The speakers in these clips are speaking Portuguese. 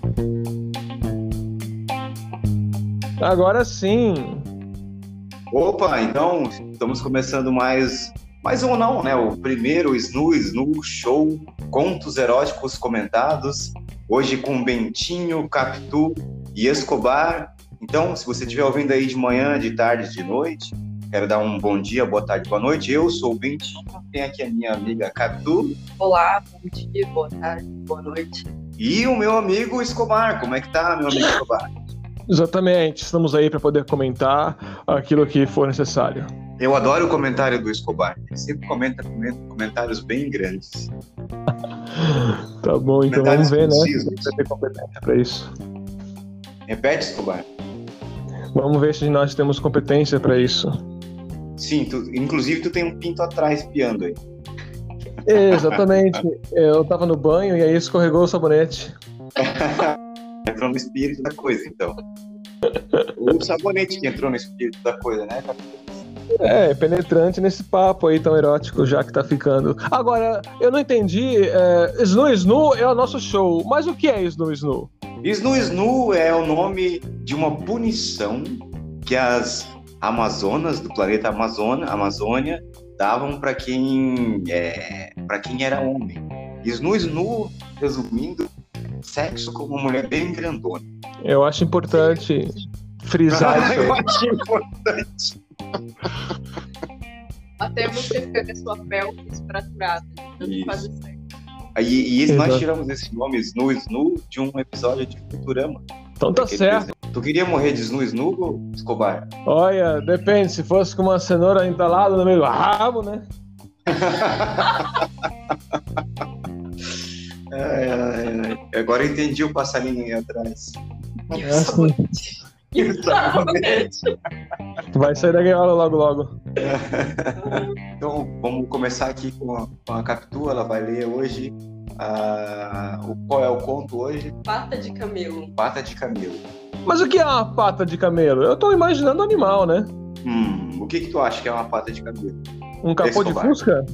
Agora sim. Opa, então estamos começando mais um não, né? O primeiro Snu Show, contos eróticos comentados, hoje com Bentinho, Capitu e Escobar. Então, se você estiver ouvindo aí de manhã, de tarde, de noite, quero dar um bom dia, boa tarde, boa noite. Eu sou o Bentinho, tem aqui a minha amiga Capitu. Olá, bom dia, boa tarde, boa noite. E o meu amigo Escobar. Como é que tá, meu amigo Escobar? Exatamente, estamos aí para poder comentar aquilo que for necessário. Eu adoro o comentário do Escobar. Ele sempre comenta comentários bem grandes. Tá bom, então vamos ver, né? Se você tem competência para isso. Repete, Escobar. Vamos ver se nós temos competência para isso. Sim, inclusive tu tem um pinto atrás piando aí. Exatamente. Eu tava no banho e aí escorregou o sabonete. Entrou no espírito da coisa, então. O sabonete que entrou no espírito da coisa, né, Capitão? Penetrante nesse papo aí tão erótico já que tá ficando. Agora, eu não entendi. Snu é o nosso show, mas o que é Snu? Snu é o nome de uma punição que as Amazonas do planeta Amazônia davam para quem era homem. Snu, resumindo, sexo com uma mulher bem grandona. Eu acho importante frisar isso. Eu acho importante. Até você ficar com a sua pelvis fraturada, tanto fazer sexo. E nós tiramos esse nome Snu de um episódio de Futurama. Então tá certo. Tu queria morrer de Snu, Escobar? Olha, depende. Se fosse com uma cenoura entalada no meio do rabo, né? Agora eu entendi o passarinho aí atrás. Vai sair da gaiola logo. Então vamos começar aqui com a Capitu. Ela vai ler hoje qual é o conto hoje? Pata de camelo. Pata de camelo. Mas o que é uma pata de camelo? Eu tô imaginando animal, né? O que tu acha que é uma pata de camelo? Um capô de Fusca?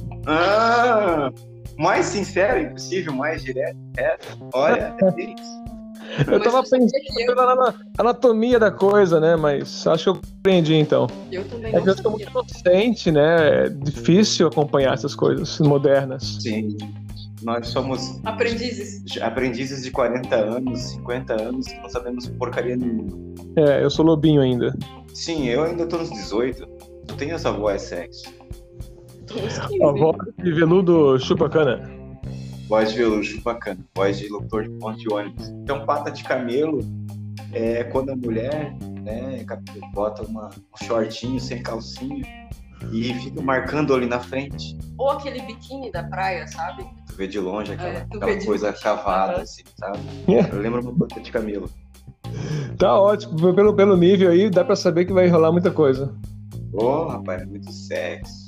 Mais sincero, impossível, mais direto. Olha, é isso. Eu tava pensando pela anatomia da coisa, né? Mas acho que eu compreendi, então. Eu também que eu sou muito inocente, né? É difícil acompanhar essas coisas modernas. Sim. Nós somos aprendizes de 40 anos, 50 anos, que não sabemos porcaria nenhuma. Eu sou lobinho ainda. Sim, eu ainda tô nos 18. Tu tem essa voz sexy. A voz de veludo chupa-cana. Voz de veludo chupa-cana. Voz de locutor de ponto de ônibus. Então, pata de camelo é quando a mulher, né, bota um shortinho sem calcinha e fica marcando ali na frente. Ou aquele biquíni da praia, sabe? Tu vê de longe aquela coisa cavada, assim, sabe? Eu lembro uma pata de camelo. Tá ótimo. Pelo nível aí, dá pra saber que vai rolar muita coisa. Rapaz, é muito sexy.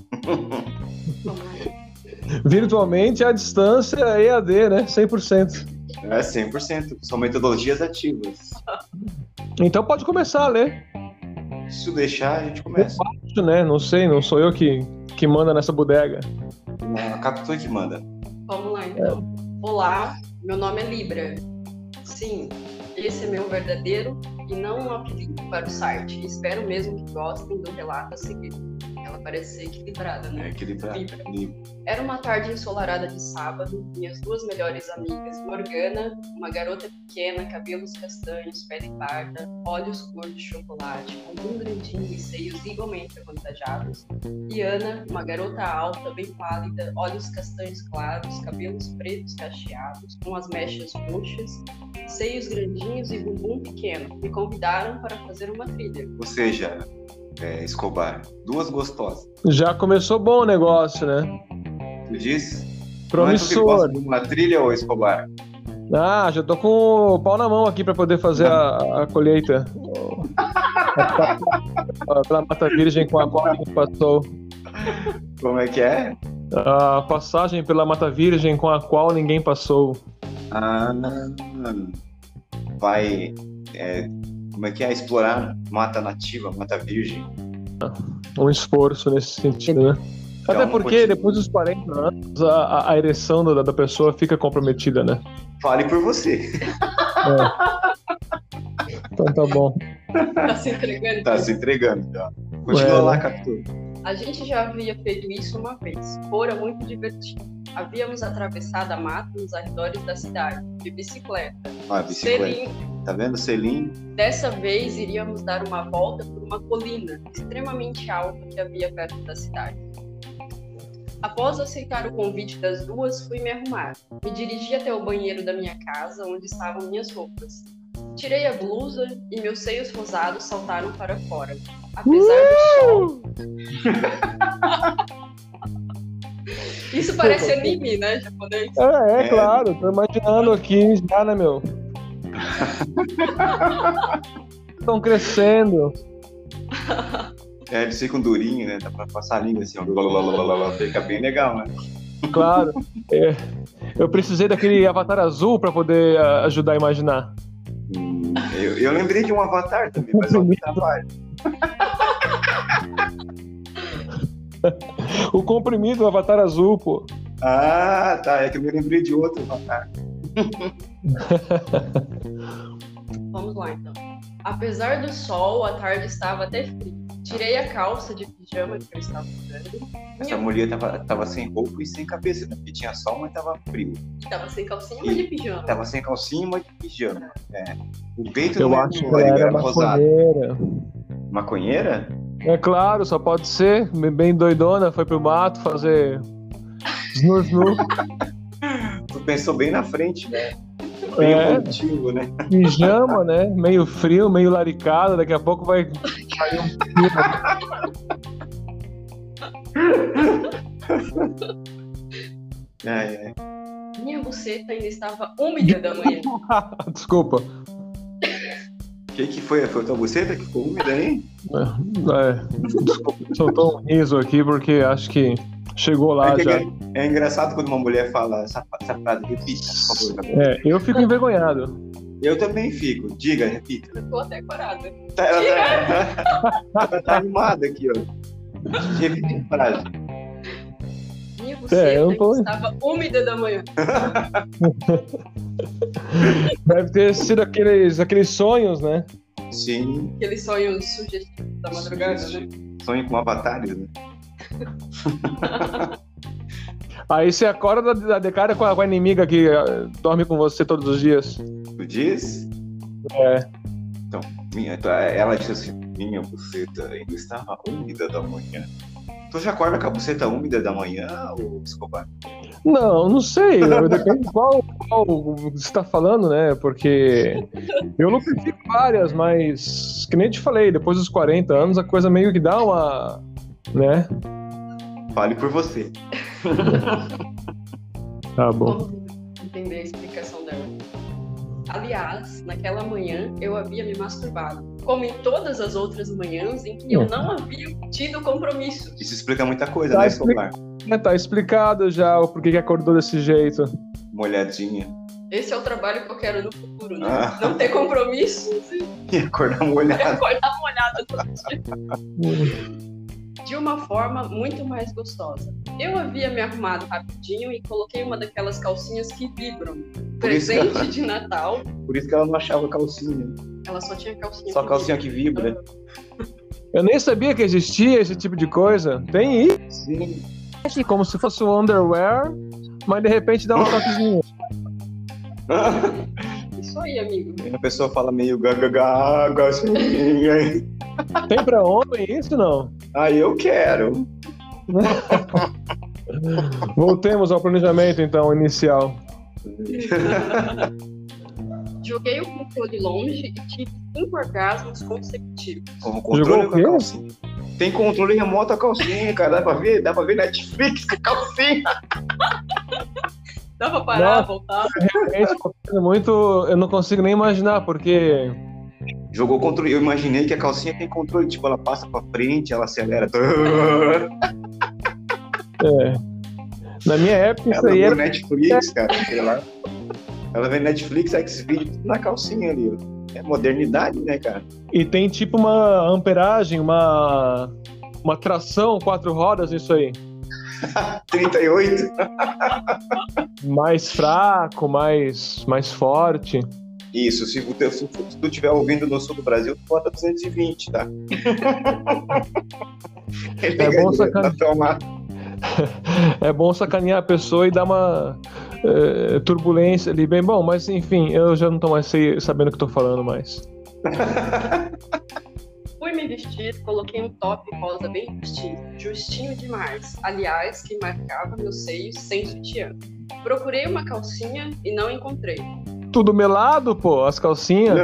Virtualmente, a distância é EAD, né? 100%. 100%. São metodologias ativas. Então pode começar a ler. Se deixar, a gente começa. Eu acho, né? Não sei, não sou eu que manda nessa bodega. A Capitu que manda. Vamos lá, então. Olá, meu nome é Libra. Sim, esse é meu verdadeiro e não um apelido para o site. Espero mesmo que gostem do relato a seguir. Ela parece ser equilibrada, né? Equilibrada. Era uma tarde ensolarada de sábado. Minhas duas melhores amigas, Morgana, uma garota pequena, cabelos castanhos, pele parda, olhos cor de chocolate, com um grandinho e seios igualmente avantajados, e Ana, uma garota alta, bem pálida, olhos castanhos claros, cabelos pretos cacheados, com as mechas roxas, seios grandinhos e bumbum pequeno, me convidaram para fazer uma trilha. Ou seja, Escobar, duas gostosas. Já começou bom o negócio, né? Tu disse? Promissor. Não é uma trilha ou Escobar? Já tô com o pau na mão aqui pra poder fazer a colheita. Pela Mata Virgem com a qual ninguém passou. Como é que é? A passagem pela Mata Virgem com a qual ninguém passou. Vai... como é que é? Explorar mata nativa, mata virgem. Um esforço nesse sentido, né? Então, até porque depois dos 40 anos a ereção da pessoa fica comprometida, né? Fale por você. Então tá bom. Tá se entregando. Tá se entregando, já. Continua lá, Capitu. A gente já havia feito isso uma vez. Fora muito divertido. Havíamos atravessado a mata nos arredores da cidade, de bicicleta. Bicicleta. Selim. Tá vendo, Selim? Dessa vez iríamos dar uma volta por uma colina extremamente alta que havia perto da cidade. Após aceitar o convite das duas, fui me arrumar. Me dirigi até o banheiro da minha casa, onde estavam minhas roupas. Tirei a blusa e meus seios rosados saltaram para fora. Apesar do sol... Isso parece anime, né, japonês? Claro. Tô imaginando aqui já, né, meu? Estão crescendo. Eles ficam durinhos, né? Dá pra passar a língua assim, ó. Fica bem legal, né? Claro. Eu precisei daquele avatar azul pra poder ajudar a imaginar. Eu lembrei de um avatar também, mas é um trabalho. O comprimido, o avatar azul, pô. Ah, tá. É que eu me lembrei de outro avatar. Vamos lá, então. Apesar do sol, a tarde estava até fria. Tirei a calça de pijama que eu estava usando. Essa mulher tava sem roupa e sem cabeça, né? Porque tinha sol, mas tava frio. Tava sem calcinha, mas de pijama. Tava sem calcinha, mas de pijama. O peito eu não acho que ela era maconheira. Maconheira? É claro, só pode ser. Bem doidona, foi pro mato fazer snur. Tu pensou bem na frente, né? Bem motivo, né? Pijama, né? Meio frio, meio laricado. Daqui a pouco vai cair um fio. Minha buceta ainda estava úmida da manhã. Desculpa. O que foi? Foi a tua buceta que ficou úmida, hein? Desculpa, soltou um riso aqui porque acho que chegou lá já. É engraçado quando uma mulher fala essa frase. Repita, por favor. Eu fico envergonhado. Eu também fico. Diga, repita. Eu tô até corada. Ela tá animada aqui, ó. Repita a frase. Minha buceta estava úmida da manhã. Deve ter sido aqueles sonhos, né? Sim. Aqueles sonhos sugestivos da madrugada, né? Sonho com avatares, né? Aí você acorda de cara com a inimiga que dorme com você todos os dias. Tu diz? Então, ela disse assim: minha buceta ainda estava úmida da manhã. Tu já acorda com a buceta úmida da manhã, ou Escobar? Não sei. Depende de qual você tá falando, né? Porque eu não prefiro várias, mas que nem te falei, depois dos 40 anos a coisa meio que dá uma... né? Fale por você. Tá bom. Vamos entender a explicação dela. Aliás, naquela manhã eu havia me masturbado, como em todas as outras manhãs em que eu não havia tido compromisso. Isso explica muita coisa, né, Escobar? Tá explicado já o porquê que acordou desse jeito. Molhadinha. Esse é o trabalho que eu quero no futuro, né? Não ter compromissos e acordar molhado. Acordar molhado todo dia. De uma forma muito mais gostosa. Eu havia me arrumado rapidinho e coloquei uma daquelas calcinhas que vibram. Presente de Natal. Por isso que ela não achava calcinha. Ela só tinha calcinha. Só calcinha que vibra. Eu nem sabia que existia esse tipo de coisa. Tem isso? Sim. Como se fosse um underwear, mas de repente dá uma toquezinha. Isso aí, amigo. A pessoa fala meio gasolina. Tem pra homem isso, não? Eu quero. Voltemos ao planejamento, então, inicial. Joguei o controle longe e tive 5 orgasmos consecutivos. O controle com a calcinha. Tem controle remoto a calcinha, cara. Dá pra ver Netflix com a calcinha. Dá pra parar, voltar? Realmente, muito, eu não consigo nem imaginar, porque... Jogou controle. Eu imaginei que a calcinha tem controle. Tipo, ela passa pra frente, ela acelera. Na minha época, isso aí era... Netflix, cara, sei lá. Ela vê Netflix, Xvideos, tudo na calcinha ali, ó. É modernidade, né, cara? E tem tipo uma amperagem, uma tração 4 rodas nisso aí. 38? Mais fraco, mais forte. Isso, se tu estiver ouvindo no sul do Brasil, tu bota 220, tá? É bom sacanear. É bom sacanear a pessoa e dar uma turbulência ali, bem bom, mas enfim, eu já não tô mais sabendo o que tô falando mais. Fui me vestir, coloquei um top rosa bem justinho demais, aliás, que marcava meus seios sem sutiã. Procurei uma calcinha e não encontrei. Tudo melado, pô, as calcinhas.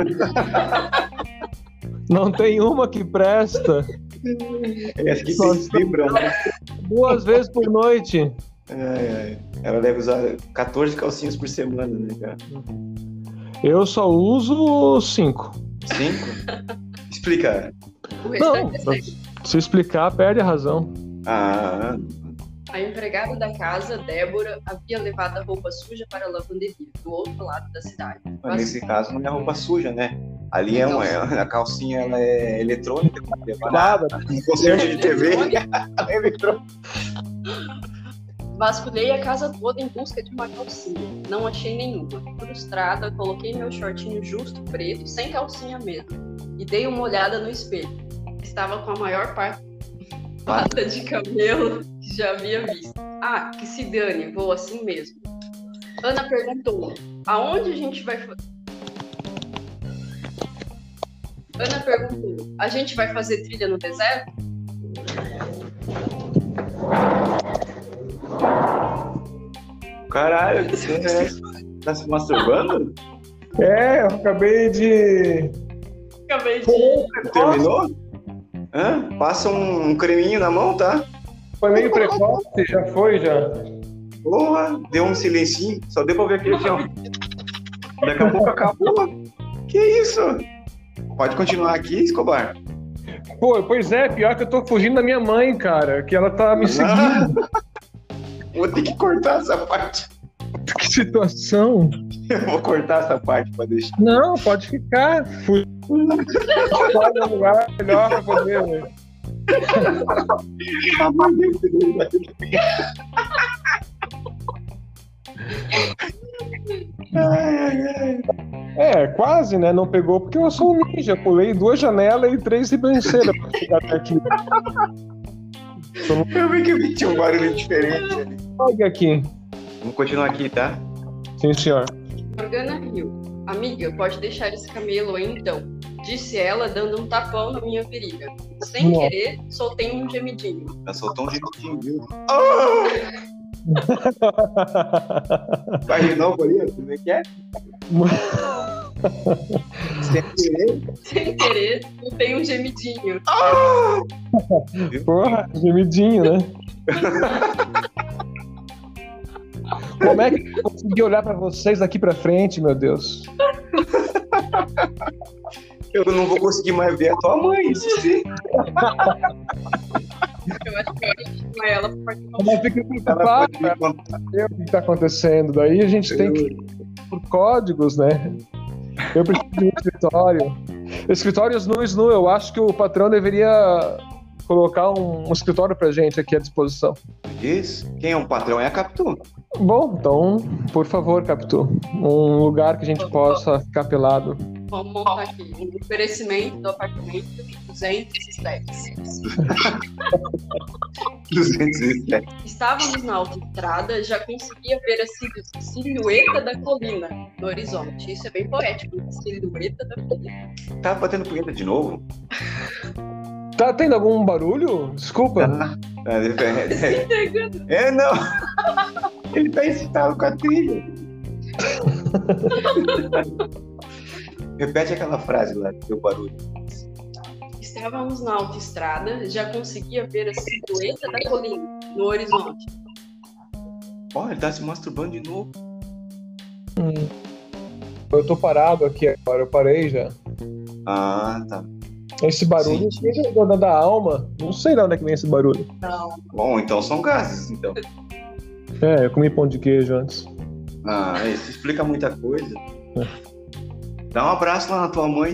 Não tem uma que presta. Essa aqui tem vibram, né? 2 vezes por noite. Ela deve usar 14 calcinhas por semana, né, cara? Eu só uso 5. 5? Explica. O Não, restante é seco. se explicar, perde a razão. Ah, A empregada da casa, Débora, havia levado a roupa suja para a lavanderia, do outro lado da cidade. mas nesse caso não é roupa suja, né? Ali a calcinha ela é eletrônica, Nada. um concerto de TV. É eletrônica. Vasculhei a casa toda em busca de uma calcinha. Não achei nenhuma. Frustrada, coloquei meu shortinho justo preto, sem calcinha mesmo, e dei uma olhada no espelho. Estava com a maior pata de cabelo que já havia visto. Ah, que se dane, vou assim mesmo. Ana perguntou, aonde a gente vai Ana perguntou, a gente vai fazer trilha no deserto? Caralho, que cena é essa? Tá se masturbando? Eu acabei de... Terminou? Hã? Passa um creminho na mão, tá? Foi meio precoce, já foi, já. Porra, deu um silencinho, só deu pra ver aqui, ó. Daqui a pouco acabou. Que isso? Pode continuar aqui, Escobar. Pô, pois é, pior que eu tô fugindo da minha mãe, cara, que ela tá me seguindo. Vou ter que cortar essa parte. Que situação. Eu vou cortar essa parte pra deixar. Não, pode ficar. Fui no lugar melhor pra poder, né? Quase, né? Não pegou porque eu sou um ninja. Pulei 2 janelas e 3 ribanceiras pra chegar até aqui. Eu vi que tinha um barulho diferente ali. Olha aqui. Vamos continuar aqui, tá? Sim, senhor. Morgana riu. Amiga, pode deixar esse camelo aí então, disse ela, dando um tapão na minha virilha. Sem querer, soltei um gemidinho. Ela soltou um gemidinho, viu? Vai de novo ali, como é que é? Sem querer, soltei um gemidinho. Porra, gemidinho, né? Como é que eu consegui olhar pra vocês daqui pra frente, meu Deus? Eu não vou conseguir mais ver a tua mãe, isso sim. Eu acho que eu chamo ela pra participar. Mas fica preocupado, cara. O que tá acontecendo? Daí a gente tem que ir por códigos, né? Eu preciso de um escritório. Escritório SNU, eu acho que o patrão deveria colocar um escritório pra gente aqui à disposição. Isso? Quem é o patrão é a Capitu. Bom, então, por favor, Capitu, um lugar que a gente possa ficar pelado. Vamos montar aqui um oferecimento do apartamento de 207. 207. Estávamos na autoestrada, já conseguia ver a silhueta da colina no horizonte. Isso é bem poético, a silhueta da colina. Tá batendo punheta de novo? Tá tendo algum barulho? Desculpa. Não. Ele tá excitado com a trilha. Repete aquela frase lá, que deu barulho. Estávamos na autoestrada, já conseguia ver a silhueta da colina no horizonte. Ele tá se masturbando de novo. Eu tô parado aqui agora, eu parei já. Ah, tá. Esse barulho é da alma. Não sei de onde é que vem esse barulho. Não. Bom, então são gases, então. Eu comi pão de queijo antes. Isso explica muita coisa. Dá um abraço lá na tua mãe.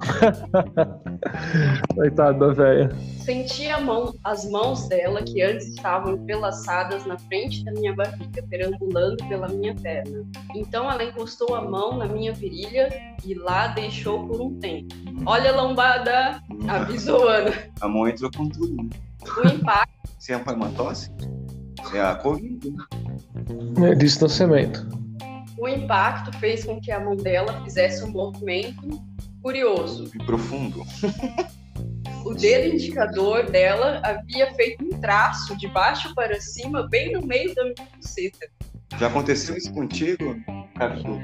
Coitado da velha. Senti as mãos dela, que antes estavam entrelaçadas na frente da minha barriga, perambulando pela minha perna. Então ela encostou a mão na minha virilha e lá deixou por um tempo. Olha a lombada! Avisou Ana. A mão entrou com tudo, né? O impacto. Você é uma tosse? É a Covid. É distanciamento. O impacto fez com que a mão dela fizesse um movimento curioso. E profundo. O dedo indicador dela havia feito um traço de baixo para cima, bem no meio da minha buceta. Já aconteceu isso contigo, Cadu?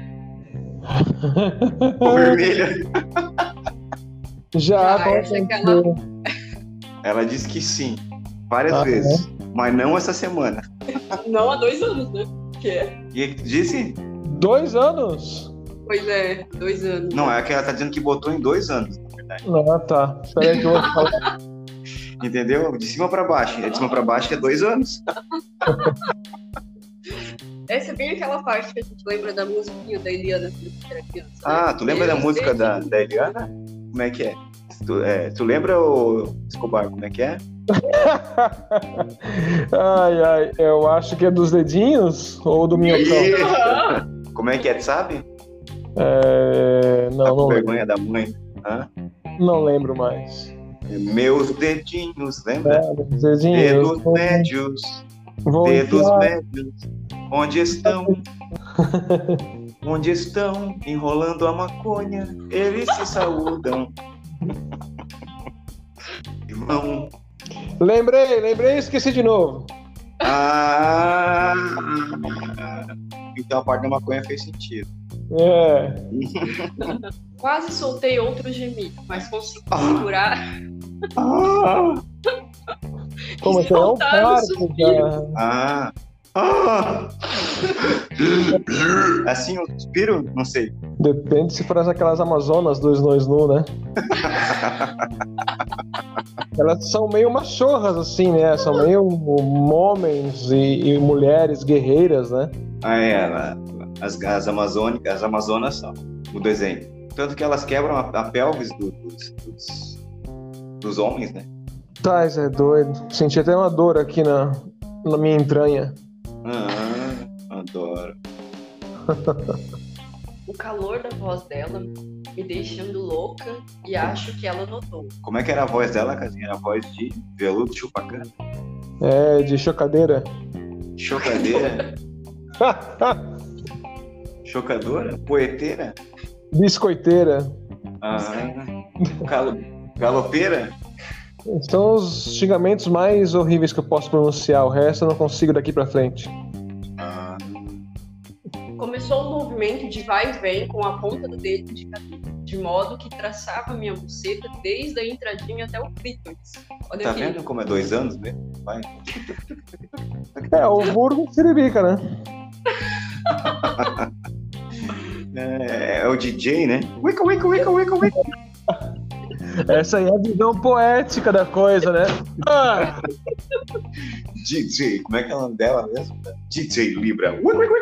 Ficou vermelha. Já essa é aquela... Ela disse que sim, várias vezes. Mas não essa semana. Não há 2 anos, né? Que é. E ele disse? 2 anos? Pois é, 2 anos. Não, é que ela tá dizendo que botou em 2 anos, na verdade. Ah, tá. Espera aí que eu vou te falar. Entendeu? De cima pra baixo. De cima pra baixo é 2 anos. Essa é bem aquela parte que a gente lembra da musiquinha da Eliana quando era criança. Ah, né? tu lembra da música da Eliana? Como é que é? Tu lembra, o Escobar, como é que é? Ai, eu acho que é dos dedinhos ou do minhocão? Como é que é, tu sabe? Não Com lembro. vergonha da mãe. Hã? Não lembro mais. Meus dedinhos, lembra? Dos dedinhos. Dedos médios, Vou dedos enfiar. médios, onde estão? Onde estão? Enrolando a maconha, eles se saúdam. Irmão. Lembrei, esqueci de novo. Então a parte da maconha fez sentido. É. Quase soltei outro gemido, mas consegui segurar. Como E assim? É um soltar o parto suspiro. já. Assim, um suspiro? Não sei. Depende se for aquelas Amazonas dos nós nu, né? Elas são meio machorras, assim, né? São meio homens e mulheres guerreiras, né? As Amazonas são, no desenho. Tanto que elas quebram a pelvis dos homens, né? Tá, isso é doido. Senti até uma dor aqui na minha entranha. Adoro. O calor da voz dela me deixando louca e acho que ela notou. Como é que era a voz dela, Casinha? Era a voz de veludo chupacana? De chocadeira. Chocadeira? Chocadora? Poeteira? Biscoiteira. Galopeira? São os xingamentos mais horríveis que eu posso pronunciar. O resto eu não consigo daqui pra frente. Começou um movimento de vai e vem com a ponta do dedo indicador, de modo que traçava minha buceta desde a entradinha até o clítoris. Olha Tá aqui. vendo como é 2 anos, né? Vai. O burro siririca, né? É o DJ, né? Wicca, wicca, wicca, wicca, wicca. Essa aí é a visão poética da coisa, né? DJ, como é que é o nome dela mesmo? DJ Libra.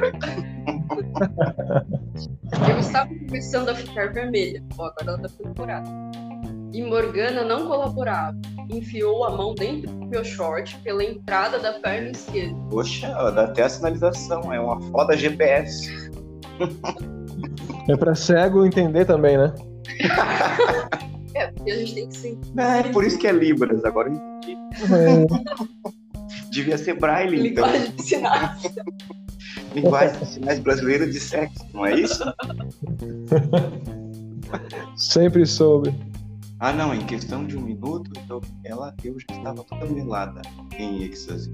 Eu estava começando a ficar vermelha. Agora ela tá furada. E Morgana não colaborava. Enfiou a mão dentro do meu short pela entrada da perna esquerda. Poxa, dá até a sinalização. É uma foda GPS. É pra cego entender também, né? Porque a gente tem que sentir. É por isso que é Libras, agora eu entendi. Devia ser Braille, então. Linguagem de sinais. Linguagem de sinais brasileira de sexo, não é isso? Sempre soube. Não, em questão de 1 minuto, eu já estava toda melada em êxtase.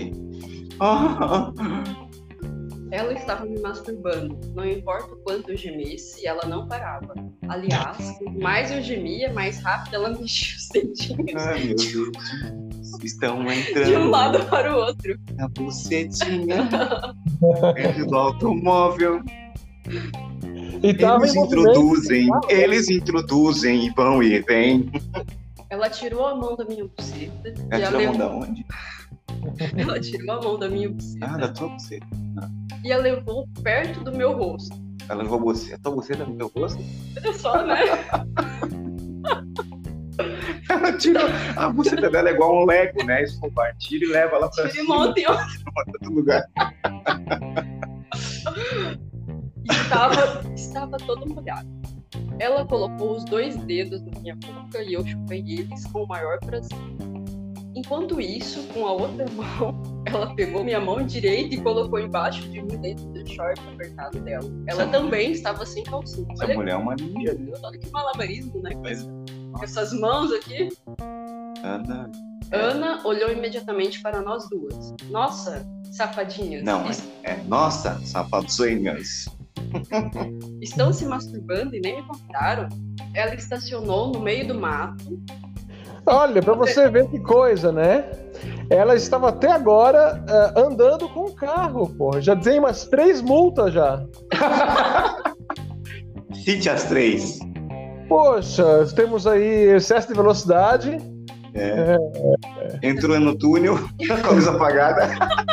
Ela estava me masturbando. Não importa o quanto eu gemesse, ela não parava. Aliás, quanto mais eu gemia, mais rápido ela mexia os dedinhos. Ai, meu Deus. Estão entrando De um lado para o outro. na bucetinha dentro do automóvel. E tava Eles introduzem e vão e vêm. Ela tirou a mão da minha buceta. Ela tirou a mão da onde? Ela tirou a mão da minha buceta Da tua buceta. e a levou perto do meu rosto. Ela levou você. A tua buceta no teu rosto? Olha só, né? Ela tirou. A buceta dela é igual um Lego, né? Escobar. Tira e leva lá pra Tira e cima. monta em outro. Outro lugar. Estava todo molhado. Ela colocou os 2 dedos na minha boca e eu chupei eles com o maior prazer. Enquanto isso, com a outra mão, ela pegou minha mão direita e colocou embaixo de mim dentro do short apertado dela. Ela também estava sem calcinha. Essa mulher é uma linda. Olha que malabarismo, né? Com essas mãos aqui. Ana olhou imediatamente para nós duas. Nossa, safadinhas. Não, nossa, safadinhas. Estão se masturbando e nem me contaram. Ela estacionou no meio do mato. Olha, pra você ver que coisa, né? Ela estava até agora andando com o carro, pô. Já dei umas 3 multas já. Cite as 3. Poxa, temos aí excesso de velocidade. Entrou no túnel com a luz apagada.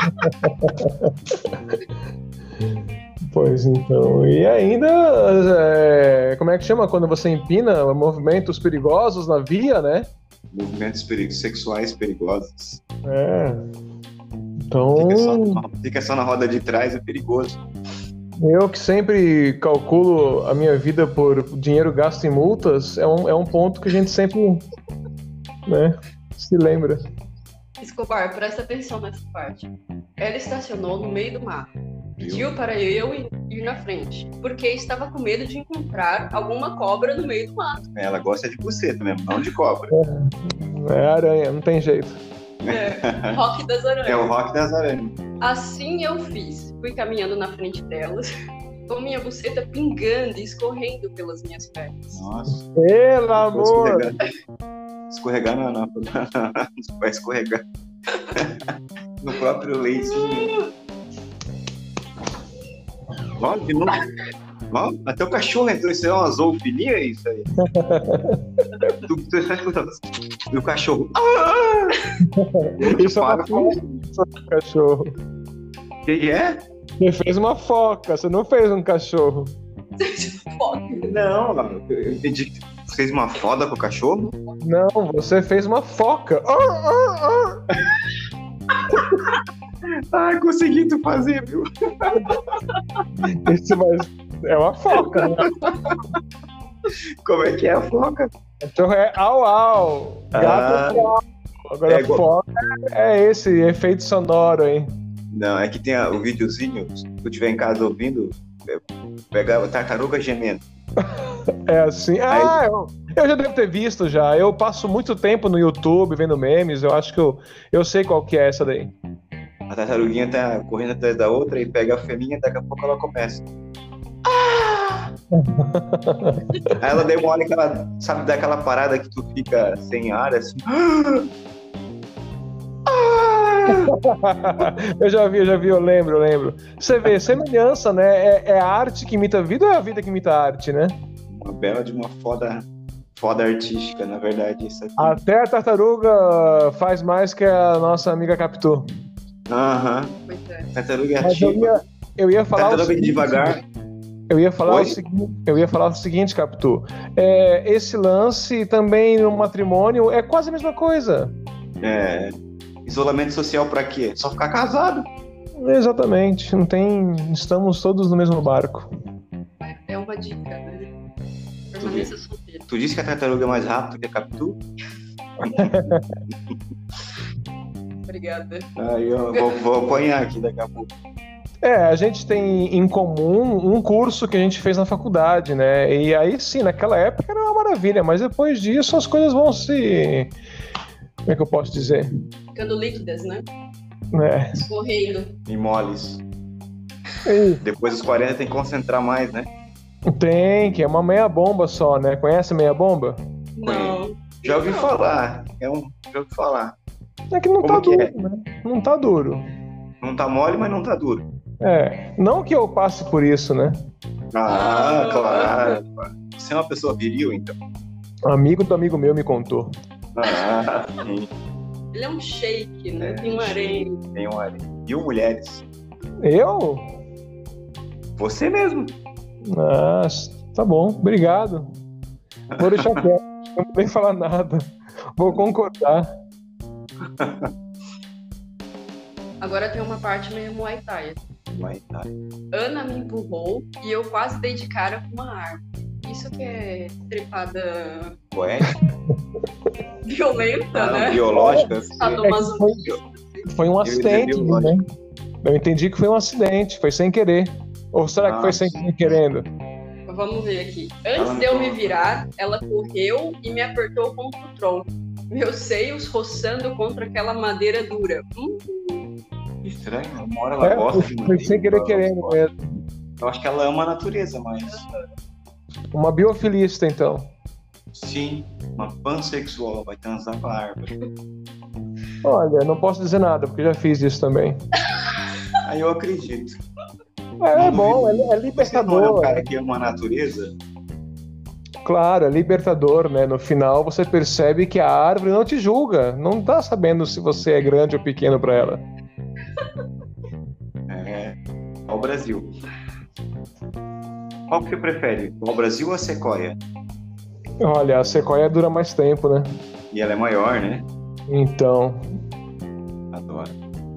Pois então, e ainda, como é que chama quando você empina movimentos perigosos na via, né? Movimentos sexuais perigosos. Então... Fica só na roda de trás, é perigoso. Eu que sempre calculo a minha vida por dinheiro gasto em multas, é um ponto que a gente sempre, né, se lembra. Escobar, presta atenção nessa parte. Ela estacionou no meio do mato. Pediu para eu ir na frente, porque estava com medo de encontrar alguma cobra no meio do mato. Ela gosta de buceta mesmo, não de cobra. É aranha, não tem jeito. Rock das aranhas. É o rock das aranhas. Assim eu fiz. Fui caminhando na frente delas, com minha buceta pingando e escorrendo pelas minhas pernas. Nossa. Pelo amor! Escorregar vai escorregar no próprio leitinho. Ó, de novo. Ó, até o cachorro entrou. Isso é uma zoofilia, isso aí? Tu está escutando? E o cachorro. Isso é uma foca, cachorro. O que é? Você fez uma foca, você não fez um cachorro. Não, eu entendi que você fez uma foda com o cachorro? Não, você fez uma foca. Ah, consegui tu fazer, viu? Isso é uma foca, né? Como é que é a foca? Cachorro é au-au. Gato é au. Agora foca é esse efeito sonoro aí. Não, é que tem o videozinho, se tu estiver em casa ouvindo, pega a tartaruga gemendo. É assim. Ah, eu já devo ter visto já. Eu passo muito tempo no YouTube vendo memes. Eu acho que eu sei qual que é essa daí. A tartaruguinha tá correndo atrás da outra e pega a fêmea e daqui a pouco ela começa. Aí ela demora que ela sabe daquela parada que tu fica sem ar, assim. Eu já vi, eu lembro. Você vê, semelhança, né? É a arte que imita a vida ou é a vida que imita a arte, né? Uma bela de uma foda artística, na verdade, isso aqui. Até a tartaruga faz mais que a nossa amiga Capitu. Aham. Tartaruga é ativa. Eu ia falar tartaruga o seguinte, devagar. Eu ia falar o seguinte, Capitu. Esse lance também no matrimônio é quase a mesma coisa. Isolamento social pra quê? Só ficar casado. Exatamente. Não tem. Estamos todos no mesmo barco. É uma dica, né? Permaneça solteiro. Tu disse que a tartaruga é mais rápida que a Capitu? Obrigada. Aí eu vou apanhar aqui daqui a pouco. A gente tem em comum um curso que a gente fez na faculdade, né? E aí sim, naquela época era uma maravilha, mas depois disso as coisas vão se... Como é que eu posso dizer? Ficando líquidas, né? Escorrendo. E moles. Depois dos 40 tem que concentrar mais, né? Tem, que é uma meia bomba só, né? Conhece a meia bomba? Não. Já ouvi falar. Já ouvi falar. É que não Como tá que duro, é? né? Não tá duro. Não tá mole, mas não tá duro. Não que eu passe por isso, né? Claro. Você é uma pessoa viril, então. Amigo do amigo meu me contou. Sim. Ele é um shake, né? Tem um areia. Tem um areia. E mulheres? Eu? Você mesmo. Ah, tá bom, obrigado. Vou deixar quieto, não vou nem falar nada. Vou concordar. Agora tem uma parte meio Muay Thai. Muay Thai. Ana me empurrou e eu quase dei de cara com uma árvore. Isso que é trepada Poética? violenta, né? Biológica? Sadomasoquista. Foi um acidente, né? Eu entendi que foi um acidente, foi sem querer. Ou será que foi sem querendo? Vamos ver aqui. Antes de eu me virar, ela correu e me apertou contra o tronco. Meus seios roçando contra aquela madeira dura. Estranho, uma hora ela gosta de foi sem querer querendo mesmo. Eu acho que ela ama a natureza, mas... Uma biofilista, então. Sim, uma pansexual, vai transar com a árvore. Olha, não posso dizer nada, porque já fiz isso também. Aí eu acredito. É bom, é libertador. Você não é um cara que ama a natureza? Claro, é libertador, né? No final você percebe que a árvore não te julga, não tá sabendo se você é grande ou pequeno para ela. É o Brasil. Qual que você prefere? O Brasil ou a sequoia? Olha, a sequoia dura mais tempo, né? E ela é maior, né? Então. Adoro.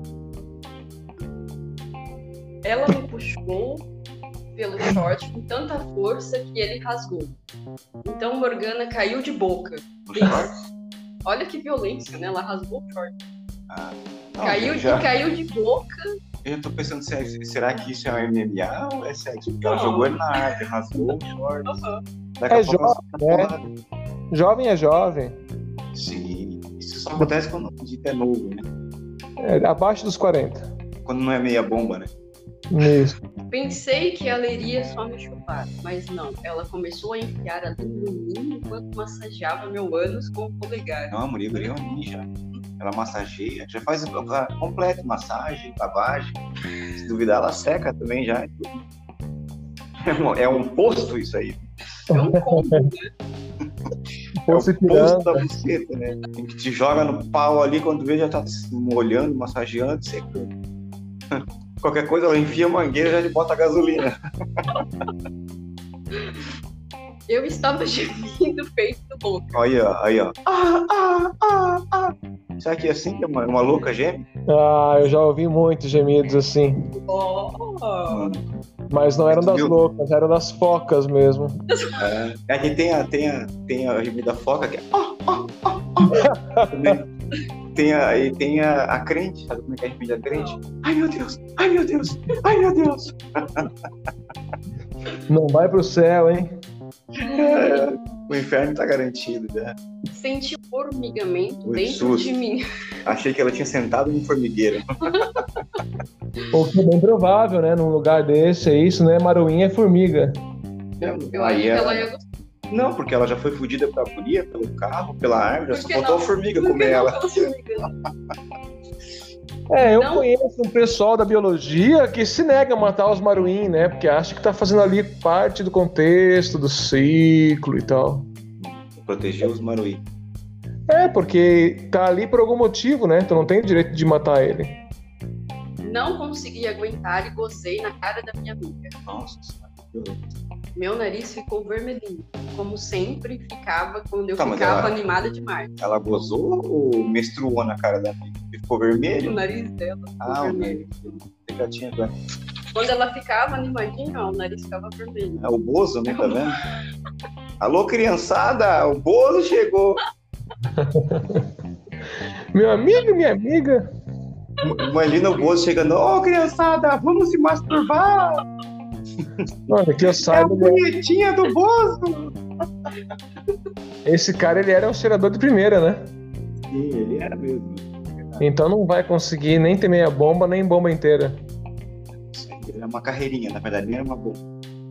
Ela me puxou pelo short com tanta força que ele rasgou. Então Morgana caiu de boca. Olha que violência, né? Ela rasgou o short. Caiu de boca. Eu tô pensando, será que isso é um MMA ou é sexo? Porque ela jogou ele na árvore, rasgou o short. É jovem, né? Jovem é jovem. Sim, isso só acontece quando o dito é novo, né? É, abaixo dos 40. Quando não é meia bomba, né? Isso. Pensei que ela iria só me chupar, mas não. Ela começou a enfiar a língua em mim enquanto massageava meu ânus com o polegar. Não, a Murilo é um ninja. Ela massageia, já faz completo, massagem, lavagem. Se duvidar, ela seca também já. É um posto isso aí. É um combo, né? É o posto da buceta, né? Tem que te joga no pau ali, quando vê já tá molhando, massageando, secando. Qualquer coisa, ela enfia a mangueira e já te bota a gasolina. Eu estava gemindo feito louca. Aí, ó. Será que é assim que uma louca geme? Ah, eu já ouvi muitos gemidos assim. Mas não eram das loucas, eram das focas mesmo. É que tem a gemida foca que é... Tem a crente, sabe como é que é a gemida crente? Ai meu Deus, ai meu Deus, ai meu Deus. Não vai pro céu, hein? O inferno tá garantido, né? Senti um formigamento dentro de mim. Achei que ela tinha sentado no formigueiro. O que é bem provável, né? Num lugar desse, é isso, né? Maruinha é formiga. Eu acho que ela ia gostar. Não, porque ela já foi fodida pela folia, pelo carro, pela árvore, só faltou a formiga comer ela. Eu conheço um pessoal da biologia que se nega a matar os maruim, né? Porque acha que tá fazendo ali parte do contexto, do ciclo e tal. Proteger os maruim. Porque tá ali por algum motivo, né? Tu não tem o direito de matar ele. Não consegui aguentar e gozei na cara da minha amiga. Nossa, meu nariz ficou vermelhinho, como sempre ficava quando eu ficava animada demais. Ela gozou ou menstruou na cara da amiga? Ficou vermelho? O nariz dela ficou vermelho. Quando ela ficava animadinha, o nariz ficava vermelho. É o Bozo, né? Tá vendo? Alô, criançada! O Bozo chegou! Meu amigo, minha amiga! Imagina o Bozo chegando. Ô, criançada, vamos se masturbar! Olha, que eu saiba. É a punhetinha do Bozo! Esse cara, ele era um cheirador de primeira, né? Sim, ele era mesmo. Então não vai conseguir nem ter meia bomba, nem bomba inteira. Ele é uma carreirinha, na verdade, nem era uma bomba.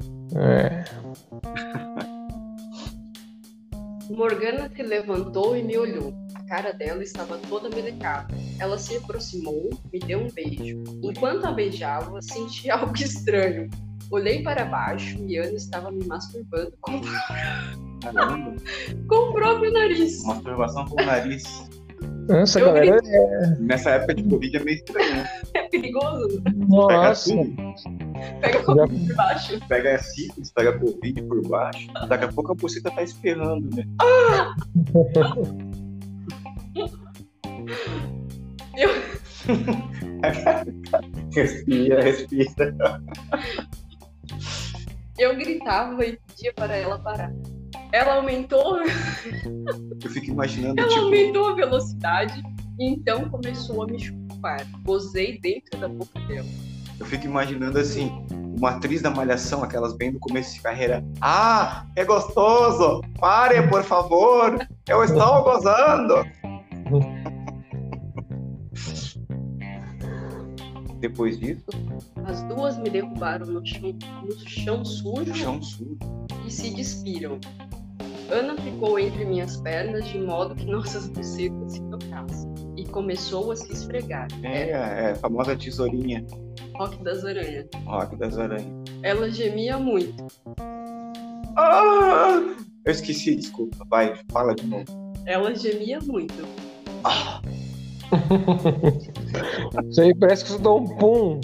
Morgana se levantou e me olhou. A cara dela estava toda melecada. Ela se aproximou, me deu um beijo. Enquanto a beijava, senti algo estranho. Olhei para baixo e Ana estava me masturbando com o próprio nariz. Masturbação com o nariz. Essa galera Nessa época de Covid é meio estranho, né? É perigoso. Nossa. Pega a Covid por baixo. Pega a sífilis, pega a Covid por baixo. Daqui a pouco a buceta tá esperando, né? Respira. Eu gritava e pedia para ela parar. Ela aumentou Eu fico imaginando, Ela tipo, aumentou a velocidade e então começou a me chupar. Gozei dentro da boca dela. eu fico imaginando assim, uma atriz da Malhação, aquelas bem no começo de carreira. Ah, é gostoso! Pare, por favor! Eu estou gozando! Depois disso, As duas me derrubaram no chão sujo chão sujo. e se despiram. Ana ficou entre minhas pernas de modo que nossas bucetas se tocassem e começou a se esfregar. É a famosa tesourinha, Rock das aranhas. rock das aranhas. Ela gemia muito. Ah! Eu esqueci, desculpa. Vai, fala de novo. Ela gemia muito. Ah! Isso aí parece que você dá um pum.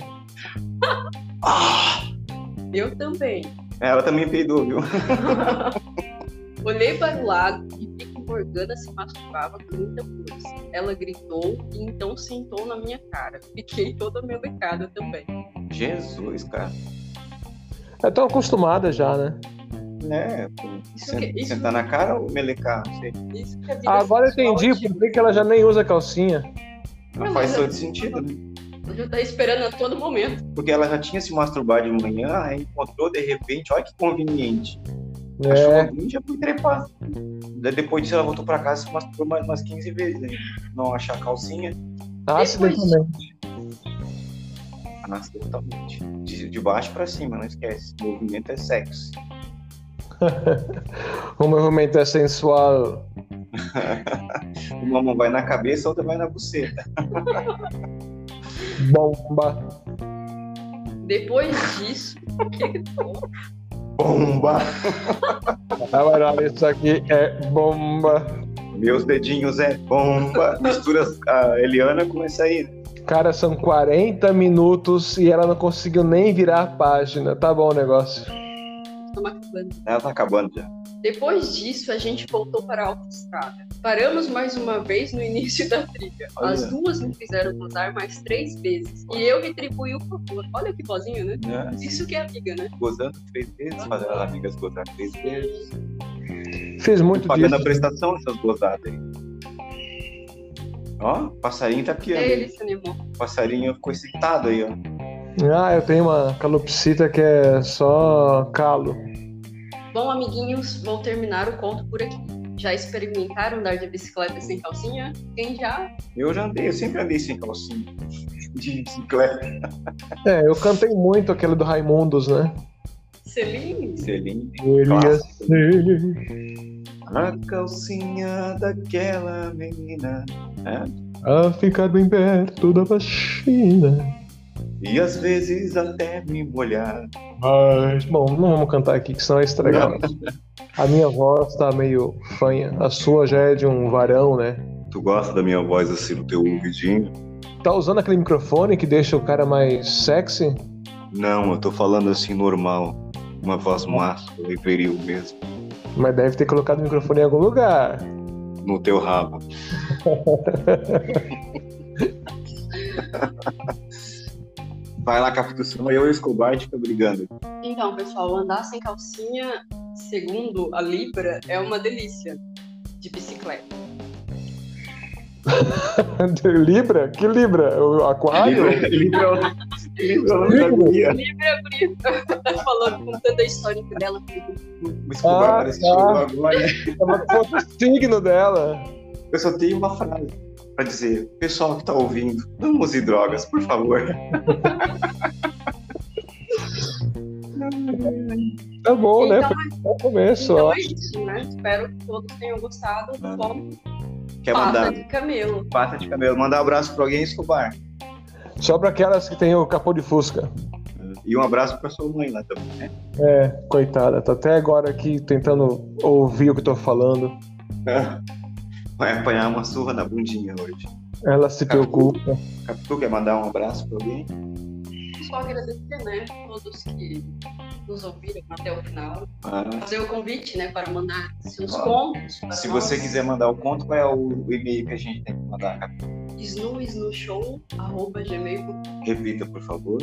Ah! Eu também. Ela também peidou, viu? Olhei para o lado e vi que Morgana se masturbava com muita força. Ela gritou e então sentou na minha cara. Fiquei toda melecada também. Jesus, cara. É tão acostumada já, né? É, sentar na cara ou melecar? Não sei. Isso que a vida Agora eu sexual entendi é por que ela já nem usa calcinha. Não faz todo sentido, né? Ela já tá esperando a todo momento. Porque ela já tinha se masturbado de manhã, aí encontrou de repente, olha que conveniente. É. Achou alguém e já foi trepar. Daí depois disso ela voltou pra casa e se masturbou mais umas 15 vezes, né? Não achar a calcinha, Acidentalmente. acidentalmente. De baixo pra cima, não esquece. O movimento é sexo. O movimento é sensual. Uma mão vai na cabeça, a outra vai na buceta. Bomba. Depois disso, Bomba! Agora isso aqui é bomba. Meus dedinhos é bomba. Mistura a Eliana com essa aí. Cara, são 40 minutos e ela não conseguiu nem virar a página. Tá bom o negócio. estamos acabando. Ela tá acabando já. Depois disso, a gente voltou para a autoestrada. Paramos mais uma vez no início da trilha. Olha. As duas me fizeram gozar mais 3 vezes. E eu retribuí o favor. Olha que bozinho, né? Isso que é amiga, né? Gozando 3 vezes, fazendo as amigas gozar 3 vezes. Fiz muito Pagando disso. a prestação dessas gozadas aí. Ó, o passarinho tá aqui, ó. Ele se animou. O passarinho ficou excitado aí, ó. Ah, eu tenho uma calopsita que é só calo. Bom, amiguinhos, vou terminar o conto por aqui. Já experimentaram andar de bicicleta sem calcinha? Quem já? Eu já andei, eu sempre andei sem calcinha. De bicicleta. É, eu cantei muito aquele do Raimundos, né? Selim? Selim. Ele ia Clássico. ser A calcinha daquela menina. É? a ficar bem perto da vagina. E às vezes até me molhar. Mas, bom, não vamos cantar aqui, que senão vai estragar. A minha voz tá meio fanha. A sua já é de um varão, né? Tu gosta da minha voz assim no teu ouvidinho? Tá usando aquele microfone que deixa o cara mais sexy? Não, eu tô falando assim normal. Uma voz máscula e viril mesmo. Mas deve ter colocado o microfone em algum lugar. No teu rabo. Vai lá, Capitução, eu e o Escobar a gente fica brigando. Então, pessoal, andar sem calcinha, segundo a Libra, é uma delícia de bicicleta. Libra? Que Libra? O aquário? Libra é o nome da guria. Libra é bonita. Tá falando, contando a história dela. O Escobar Ah, parece que tá. chegou agora. Ela fosse o signo dela. Eu só tenho uma frase pra dizer. Pessoal que tá ouvindo, não use drogas, por favor. Tá bom, né? Então, Bom começo, então ó. é isso, né? Espero que todos tenham gostado do bom Quer Pata mandar de Camelo. pata de cabelo? Mandar um abraço pra alguém, Escobar. Só pra aquelas que tem o capô de fusca. E um abraço pra sua mãe lá também, né? É, coitada, tá até agora aqui tentando ouvir o que eu tô falando. Vai apanhar uma surra na bundinha hoje. Ela se preocupa. Capitu, quer mandar um abraço pra alguém? só agradecer, né, todos que nos ouviram até o final. Ah, Fazer o convite, né, para mandar seus Claro. contos. Para se nós. você quiser mandar o conto, qual é o e-mail que a gente tem que mandar, Capitu? snusnoshow@gmail.com. Repita, por favor.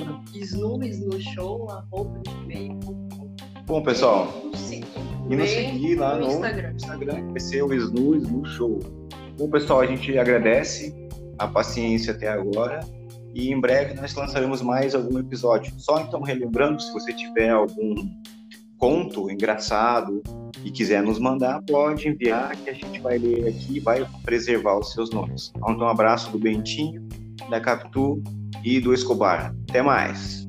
snusnoshow@gmail.com. Bom, pessoal, e nos Também seguir lá no Instagram. Instagram, que vai ser o Snu Show. Bom, pessoal, a gente agradece a paciência até agora e em breve nós lançaremos mais algum episódio. Só então relembrando, se você tiver algum conto engraçado e quiser nos mandar, pode enviar que a gente vai ler aqui e vai preservar os seus nomes. Então, um abraço do Bentinho, da Capitu e do Escobar. Até mais!